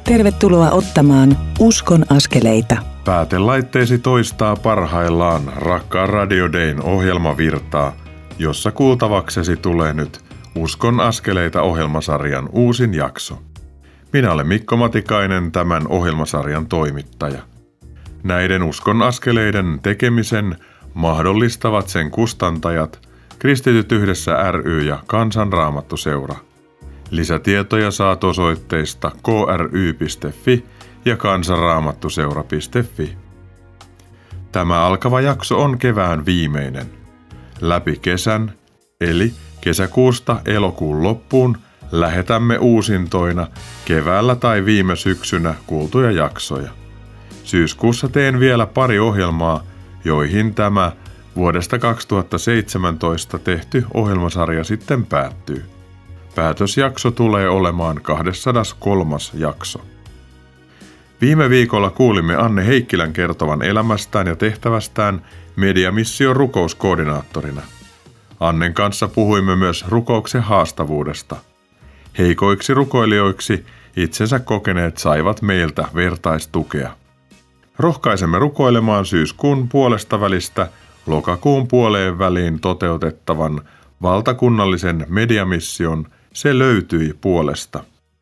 Tervetuloa ottamaan Uskon askeleita. Päätelaitteesi toistaa parhaillaan rakkaan Radio Dayn ohjelmavirtaa, jossa kuultavaksesi tulee nyt Uskon askeleita -ohjelmasarjan uusin jakso. Minä olen Mikko Matikainen, tämän ohjelmasarjan toimittaja. Näiden Uskon askeleiden tekemisen mahdollistavat sen kustantajat, Kristityt yhdessä ry ja Kansanraamattuseura. Lisätietoja saat osoitteista kry.fi ja kansanraamattuseura.fi. Tämä alkava jakso on kevään viimeinen. Läpi kesän, eli kesäkuusta elokuun loppuun, lähetämme uusintoina keväällä tai viime syksynä kuultuja jaksoja. Syyskuussa teen vielä pari ohjelmaa, joihin tämä vuodesta 2017 tehty ohjelmasarja sitten päättyy. Päätösjakso tulee olemaan 203. jakso. Viime viikolla kuulimme Anne Heikkilän kertovan elämästään ja tehtävästään Mediamission rukouskoordinaattorina. Annen kanssa puhuimme myös rukouksen haastavuudesta. Heikoiksi rukoilijoiksi itsensä kokeneet saivat meiltä vertaistukea. Rohkaisemme rukoilemaan syyskuun puolesta välistä lokakuun puoleen väliin toteutettavan valtakunnallisen Mediamission Se löytyi puolesta.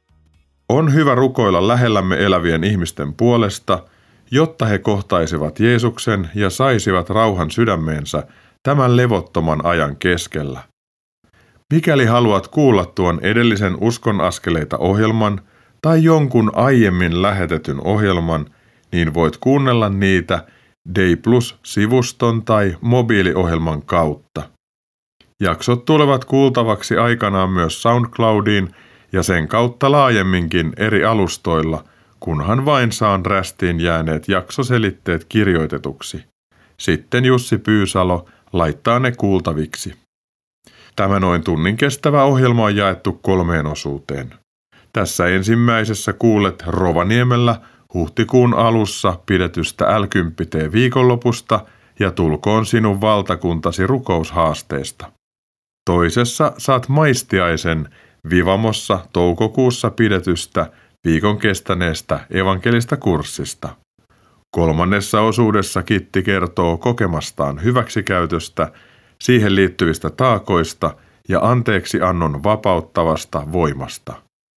On hyvä rukoilla lähellämme elävien ihmisten puolesta, jotta he kohtaisivat Jeesuksen ja saisivat rauhan sydämeensä tämän levottoman ajan keskellä. Mikäli haluat kuulla tuon edellisen Uskon askeleita -ohjelman tai jonkun aiemmin lähetetyn ohjelman, niin voit kuunnella niitä Day Plus-sivuston tai mobiiliohjelman kautta. Jaksot tulevat kuultavaksi aikanaan myös SoundCloudiin ja sen kautta laajemminkin eri alustoilla, kunhan vain saan rästiin jääneet jaksoselitteet kirjoitetuksi. Sitten Jussi Pyysalo laittaa ne kuultaviksi. Tämä noin tunnin kestävä ohjelma on jaettu 3 osuuteen. Tässä ensimmäisessä kuulet Rovaniemellä huhtikuun alussa pidetystä L10T-viikonlopusta ja Tulkoon sinun valtakuntasi -rukoushaasteesta. Toisessa saat maistiaisen Vivamossa toukokuussa pidetystä viikon kestäneestä evankelista kurssista. 3. osuudessa Kitti kertoo kokemastaan hyväksikäytöstä, siihen liittyvistä taakoista ja anteeksiannon vapauttavasta voimasta.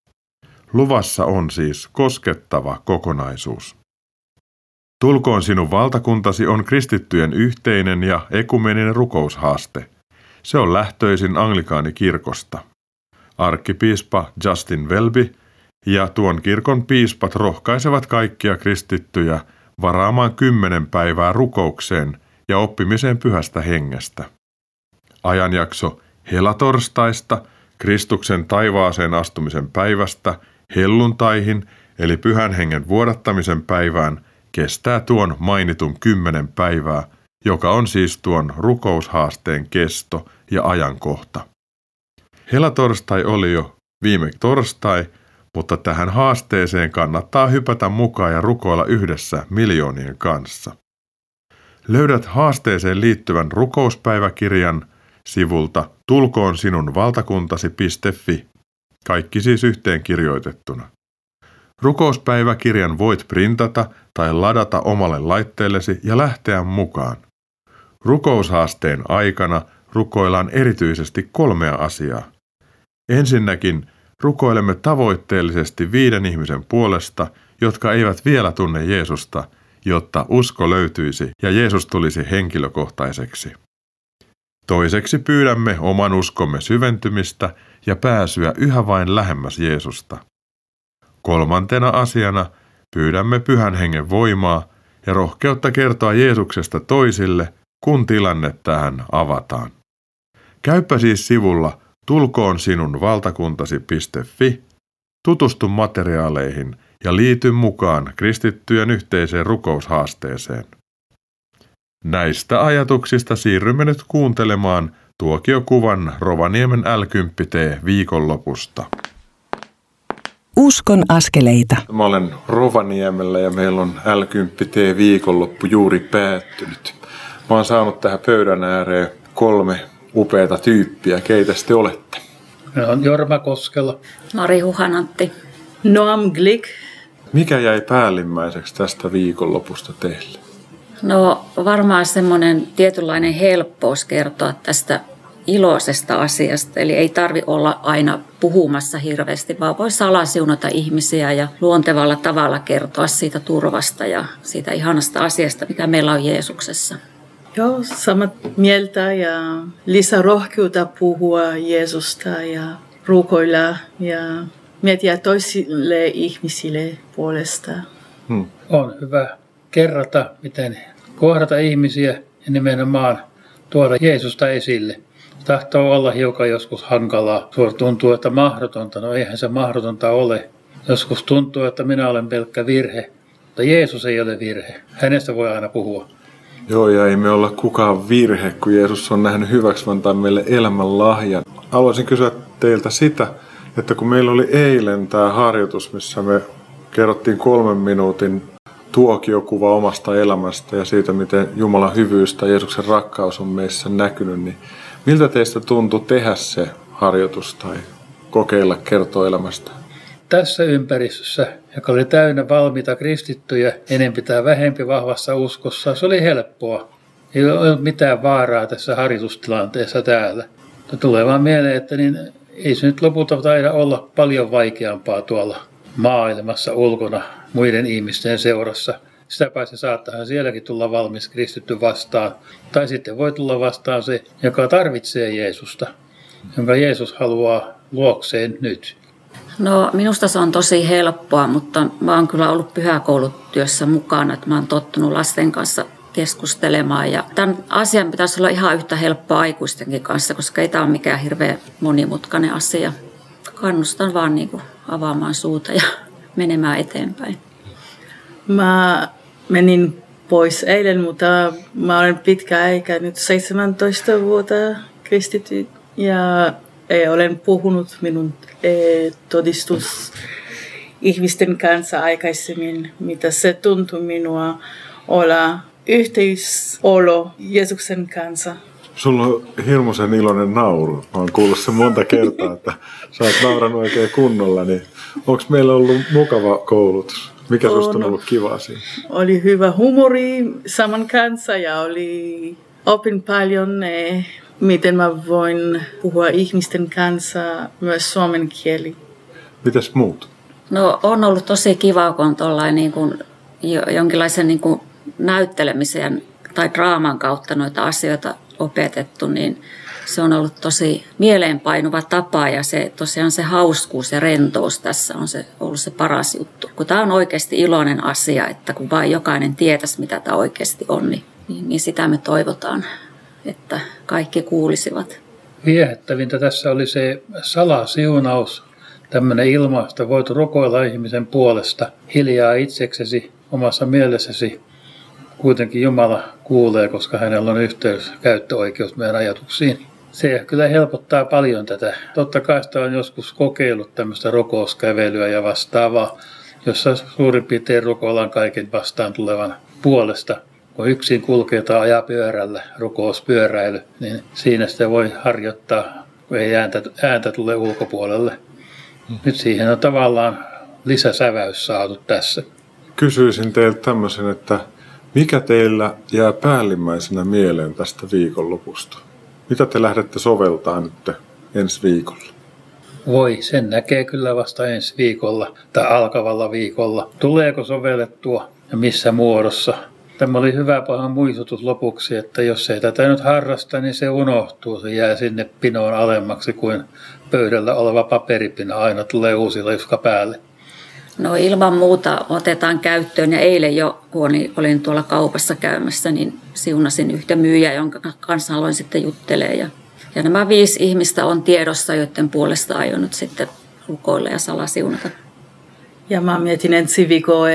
Luvassa on siis koskettava kokonaisuus. Tulkoon sinun valtakuntasi on kristittyjen yhteinen ja ekumeninen rukoushaaste. Se on lähtöisin anglikaanikirkosta. Arkkipiispa Justin Welby ja tuon kirkon piispat rohkaisevat kaikkia kristittyjä varaamaan 10 päivää rukoukseen ja oppimiseen pyhästä hengestä. Ajanjakso helatorstaista, Kristuksen taivaaseen astumisen päivästä, helluntaihin eli pyhän hengen vuodattamisen päivään kestää tuon mainitun 10 päivää, joka on siis tuon rukoushaasteen kesto ja ajankohta. Helatorstai oli jo viime torstai, mutta tähän haasteeseen kannattaa hypätä mukaan ja rukoilla yhdessä miljoonien kanssa. Löydät haasteeseen liittyvän rukouspäiväkirjan sivulta tulkoonsinunvaltakuntasi.fi. Kaikki siis yhteen kirjoitettuna. Rukouspäiväkirjan voit printata tai ladata omalle laitteellesi ja lähteä mukaan. Rukoushaasteen aikana rukoillaan erityisesti 3 asiaa. Ensinnäkin rukoilemme tavoitteellisesti 5 ihmisen puolesta, jotka eivät vielä tunne Jeesusta, jotta usko löytyisi ja Jeesus tulisi henkilökohtaiseksi. Toiseksi pyydämme oman uskomme syventymistä ja pääsyä yhä vain lähemmäs Jeesusta. 3. asiana pyydämme Pyhän Hengen voimaa ja rohkeutta kertoa Jeesuksesta toisille, kun tilanne tähän avataan. Käypä siis sivulla tulkoonsinunvaltakuntasi.fi, tutustu materiaaleihin ja liity mukaan kristittyjen yhteiseen rukoushaasteeseen. Näistä ajatuksista siirrymme nyt kuuntelemaan tuokiokuvan Rovaniemen L10T viikonlopusta. Uskon askeleita. Mä olen Rovaniemellä ja meillä on L10T viikonloppu juuri päättynyt. Mä oon saanut tähän pöydän ääreen 3 upeata tyyppiä. Keitä te olette? Mä oon Jorma Koskela. Mari Huhanantti. Noam Glick. Mikä jäi päällimmäiseksi tästä viikonlopusta teille? No varmaan semmoinen tietynlainen helppous kertoa tästä iloisesta asiasta. Eli ei tarvi olla aina puhumassa hirveästi, vaan voi salasiunata ihmisiä ja luontevalla tavalla kertoa siitä turvasta ja siitä ihanasta asiasta, mikä meillä on Jeesuksessa. Joo, samat mieltä ja lisärohkeutta puhua Jeesusta ja rukoilla ja miettiä toisille ihmisille puolesta. On hyvä kerrata, miten kohdata ihmisiä ja nimenomaan tuoda Jeesusta esille. Tahtoo olla hiukan joskus hankalaa. Tuntuu, että mahdotonta. No eihän se mahdotonta ole. Joskus tuntuu, että minä olen pelkkä virhe. Mutta Jeesus ei ole virhe. Hänestä voi aina puhua. Joo, ja ei me olla kukaan virhe, kun Jeesus on nähnyt hyväksi antaa meille elämän lahjan. Haluaisin kysyä teiltä sitä, että kun meillä oli eilen tämä harjoitus, missä me kerrottiin 3 minuutin tuokiokuva omasta elämästä ja siitä, miten Jumalan hyvyys tai Jeesuksen rakkaus on meissä näkynyt, niin miltä teistä tuntui tehdä se harjoitus tai kokeilla kertoa elämästä? Tässä ympäristössä, joka oli täynnä valmiita kristittyjä, enempi tai vähempi vahvassa uskossa, se oli helppoa. Ei ollut mitään vaaraa tässä harjoitustilanteessa täällä. Mutta tulee vaan mieleen, että ei se nyt lopulta taida olla paljon vaikeampaa tuolla maailmassa ulkona muiden ihmisten seurassa. Sitä paitsi saattahan sielläkin tulla valmis kristitty vastaan. Tai sitten voi tulla vastaan se, joka tarvitsee Jeesusta, jonka Jeesus haluaa luokseen nyt. No minusta se on tosi helppoa, mutta mä oon kyllä ollut pyhäkoulutyössä mukana, että mä oon tottunut lasten kanssa keskustelemaan. Ja tämän asian pitäisi olla ihan yhtä helppoa aikuistenkin kanssa, koska ei tämä ole mikään hirveän monimutkainen asia. Kannustan vaan avaamaan suuta ja menemään eteenpäin. Mä menin pois eilen, mutta mä olen pitkä aika, nyt 17 vuotta kristitty ja olen puhunut minun todistus ihmisten kanssa aikaisemmin, mitä se tuntui minua olla yhteisolo Jeesuksen kanssa. Sulla on hirmuisen iloinen nauru. Mä oon kuullut sen monta kertaa, että sä oot nauranut oikein kunnolla. Niin onko meillä ollut mukava koulutus? Mikä susta on ollut kivaa siinä? Oli hyvä humori saman kanssa ja opin paljon, miten mä voin puhua ihmisten kanssa myös suomen kieli. Mitäs muut? No on ollut tosi kiva, kun on jonkinlaisen näyttelemisen tai draaman kautta noita asioita opetettu, niin se on ollut tosi mieleenpainuva tapa ja tosiaan se hauskuus ja rentous tässä on ollut se paras juttu. Kun tämä on oikeasti iloinen asia, että kun vain jokainen tietäisi, mitä tämä oikeasti on, niin sitä me toivotaan, että kaikki kuulisivat. Viehättävintä tässä oli se salasiunaus, tämmöinen ilmaista, voit rukoilla ihmisen puolesta hiljaa itseksesi, omassa mielessäsi. Kuitenkin Jumala kuulee, koska hänellä on käyttöoikeus meidän ajatuksiin. Se kyllä helpottaa paljon tätä. Totta kai sitä on joskus kokeillut tämmöistä rukouskävelyä ja vastaavaa, jossa suurin piirtein rukoillaan kaiken vastaan tulevan puolesta. Kun yksin kulkee tai ajaa pyörällä, rukouspyöräily, niin siinä sitä voi harjoittaa, kun ei ääntä tule ulkopuolelle. Nyt siihen on tavallaan lisäsäväys saatu tässä. Kysyisin teiltä tämmöisen, että mikä teillä jää päällimmäisenä mieleen tästä viikonlopusta? Mitä te lähdette soveltaa nyt ensi viikolla? Sen näkee kyllä vasta ensi viikolla tai alkavalla viikolla. Tuleeko sovellettua ja missä muodossa? Tämä oli hyvä pahan muistutus lopuksi, että jos ei tätä nyt harrasta, niin se unohtuu. Se jää sinne pinoon alemmaksi kuin pöydällä oleva paperipina. Aina tulee uusi liuska päälle. No ilman muuta otetaan käyttöön ja eilen jo, kun olin tuolla kaupassa käymässä, niin siunasin yhtä myyjää, jonka kanssa aloin sitten juttelemaan. Ja nämä 5 ihmistä on tiedossa, joiden puolesta aion nyt sitten rukoilla ja salasiunata. Ja mä mietin ensi viikolla,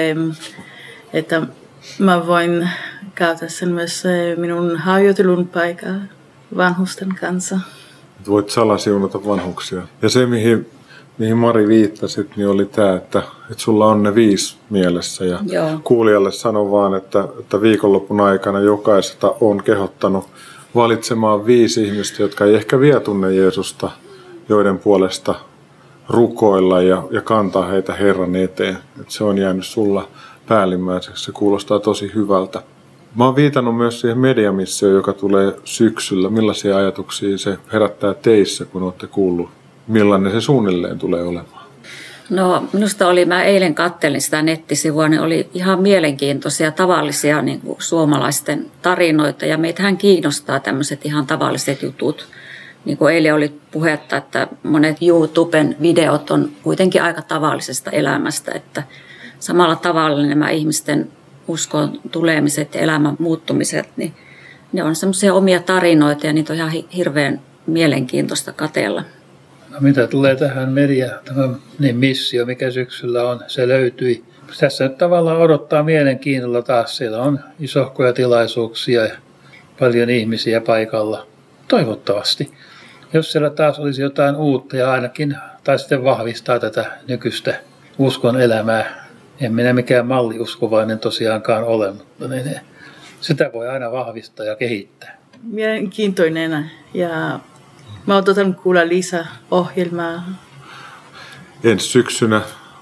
että mä voin käyttää sen myös minun harjoitelun paikkaa vanhusten kanssa. Voit salasiunata vanhuksia. Ja se, mihin Mari viittasit, niin oli tämä, että sulla on ne 5 mielessä. Ja Joo. Kuulijalle sanon vaan, että viikonlopun aikana jokaisesta on kehottanut valitsemaan 5 ihmistä, jotka ei ehkä vielä tunne Jeesusta, joiden puolesta rukoilla ja kantaa heitä Herran eteen. Et se on jäänyt sulla päällimmäiseksi. Se kuulostaa tosi hyvältä. Mä oon viitannut myös siihen mediamissioon, joka tulee syksyllä. Millaisia ajatuksia se herättää teissä, kun olette kuullut? Millainen se suunnilleen tulee olemaan? No minusta mä eilen kattelin sitä nettisivua, niin oli ihan mielenkiintoisia tavallisia niin kuin suomalaisten tarinoita ja meitähän kiinnostaa tämmöiset ihan tavalliset jutut. Niin kuin eilen oli puhetta, että monet YouTuben videot on kuitenkin aika tavallisesta elämästä, että samalla tavalla nämä ihmisten uskon tulemiset ja elämän muuttumiset, niin ne on semmoisia omia tarinoita ja niitä on ihan hirveän mielenkiintoista katsella. No, mitä tulee tähän niin missio, mikä syksyllä on, se löytyi. Tässä nyt tavallaan odottaa mielenkiinnolla taas. Siellä on isohkoja tilaisuuksia ja paljon ihmisiä paikalla. Toivottavasti. Jos siellä taas olisi jotain uutta ja ainakin, tai sitten vahvistaa tätä nykyistä uskon elämää. En minä mikään malliuskovainen tosiaankaan ole, mutta sitä voi aina vahvistaa ja kehittää. Mielenkiintoinen ja mä odotan kuulla lisää ohjelmaa. Ensi syksynä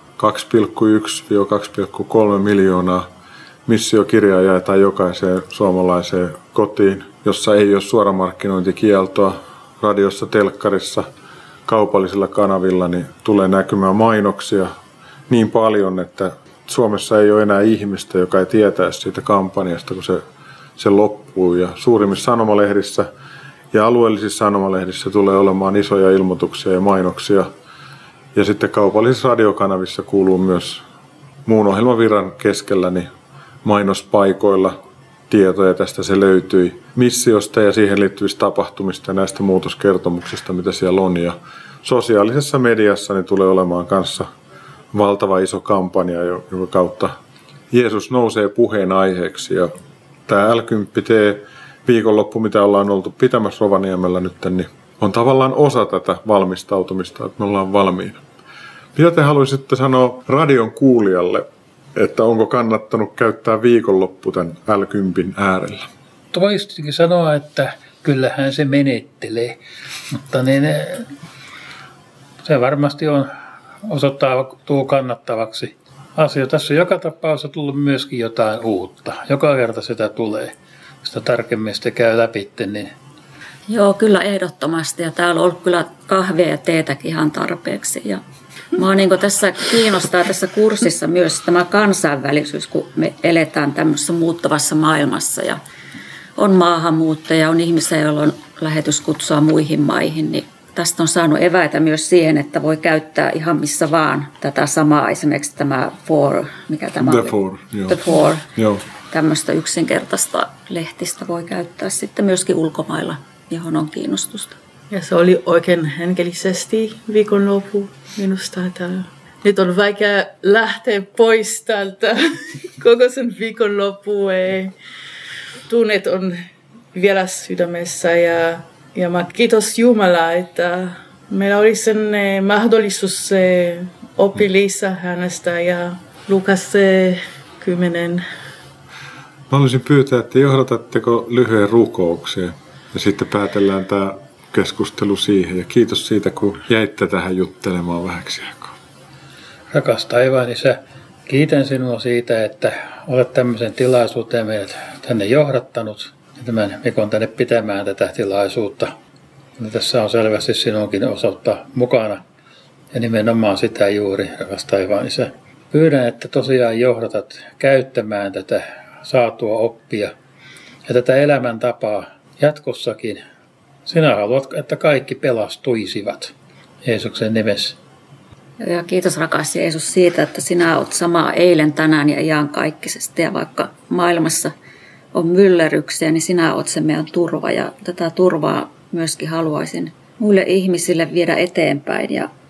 2,1-2,3 miljoonaa missiokirjaa jaetaan jokaiseen suomalaiseen kotiin, jossa ei ole suoramarkkinointikieltoa. Radiossa, telkkarissa, kaupallisilla kanavilla niin tulee näkymään mainoksia niin paljon, että Suomessa ei ole enää ihmistä, joka ei tietäisi siitä kampanjasta, kun se loppuu. Ja suurimmissa sanomalehdissä ja alueellisissa sanomalehdissä tulee olemaan isoja ilmoituksia ja mainoksia. Ja sitten kaupallisissa radiokanavissa kuuluu myös muun ohjelmavirran keskellä niin mainospaikoilla tietoja. Tästä se löytyi missiosta ja siihen liittyvistä tapahtumista ja näistä muutoskertomuksista, mitä siellä on. Ja sosiaalisessa mediassa niin tulee olemaan kanssa valtava iso kampanja, jonka kautta Jeesus nousee puheen aiheeksi. Ja tämä L10T viikonloppu, mitä ollaan oltu pitämässä Rovaniemellä nyt, niin on tavallaan osa tätä valmistautumista, että me ollaan valmiina. Mitä te haluaisitte sanoa radion kuulijalle, että onko kannattanut käyttää viikonloppu tämän L10 äärellä? Voisikin sanoa, että kyllähän se menettelee, mutta se varmasti osoittautuu kannattavaksi. Tässä on joka tapauksessa tullut myöskin jotain uutta. Joka kerta sitä tulee. Sitä tarkemmin sitä käy läpi, niin Joo, kyllä ehdottomasti. Ja täällä on ollut kyllä kahvia ja teetäkin ihan tarpeeksi. Ja minua niin tässä kiinnostaa tässä kurssissa myös tämä kansainvälisyys, kun me eletään tämmöisessä muuttavassa maailmassa. Ja on maahanmuuttajia, on ihmisiä, joilla on lähetyskutsua muihin maihin. Niin tästä on saanut eväitä myös siihen, että voi käyttää ihan missä vaan tätä samaa. Esimerkiksi tämä The Four. Joo. Tämmöistä yksinkertaista lehtistä voi käyttää sitten myöskin ulkomailla, johon on kiinnostusta. Ja se oli oikein henkilöisesti viikonloppu minusta. Että nyt on vaikea lähteä pois täältä koko sen viikonloppu. Tunnet on vielä sydämessä ja mä kiitos Jumalaa, että meillä oli sen mahdollisuus oppia lisää hänestä ja Lukas 10. Mä haluaisin pyytää, että johdatatteko lyhyen rukoukseen ja sitten päätellään tämä keskustelu siihen. Ja kiitos siitä, kun jäitte tähän juttelemaan vähäksi aikaa. Rakas taivaan Isä, kiitän sinua siitä, että olet tämmöisen tilaisuuteen meidät tänne johdattanut. Ja tämän Mikon tänne pitämään tätä tilaisuutta. Ja tässä on selvästi sinunkin osalta mukana. Ja nimenomaan sitä juuri, rakas taivaan Isä. Pyydän, että tosiaan johdatat käyttämään tätä saatua oppia ja tätä elämäntapaa jatkossakin. Sinä haluat, että kaikki pelastuisivat Jeesuksen nimessä. Ja kiitos rakas Jeesus siitä, että sinä olet sama eilen, tänään ja iankaikkisesti. Ja vaikka maailmassa on myllerryksiä, niin sinä olet se meidän turva. Ja tätä turvaa myöskin haluaisin muille ihmisille viedä eteenpäin. Ja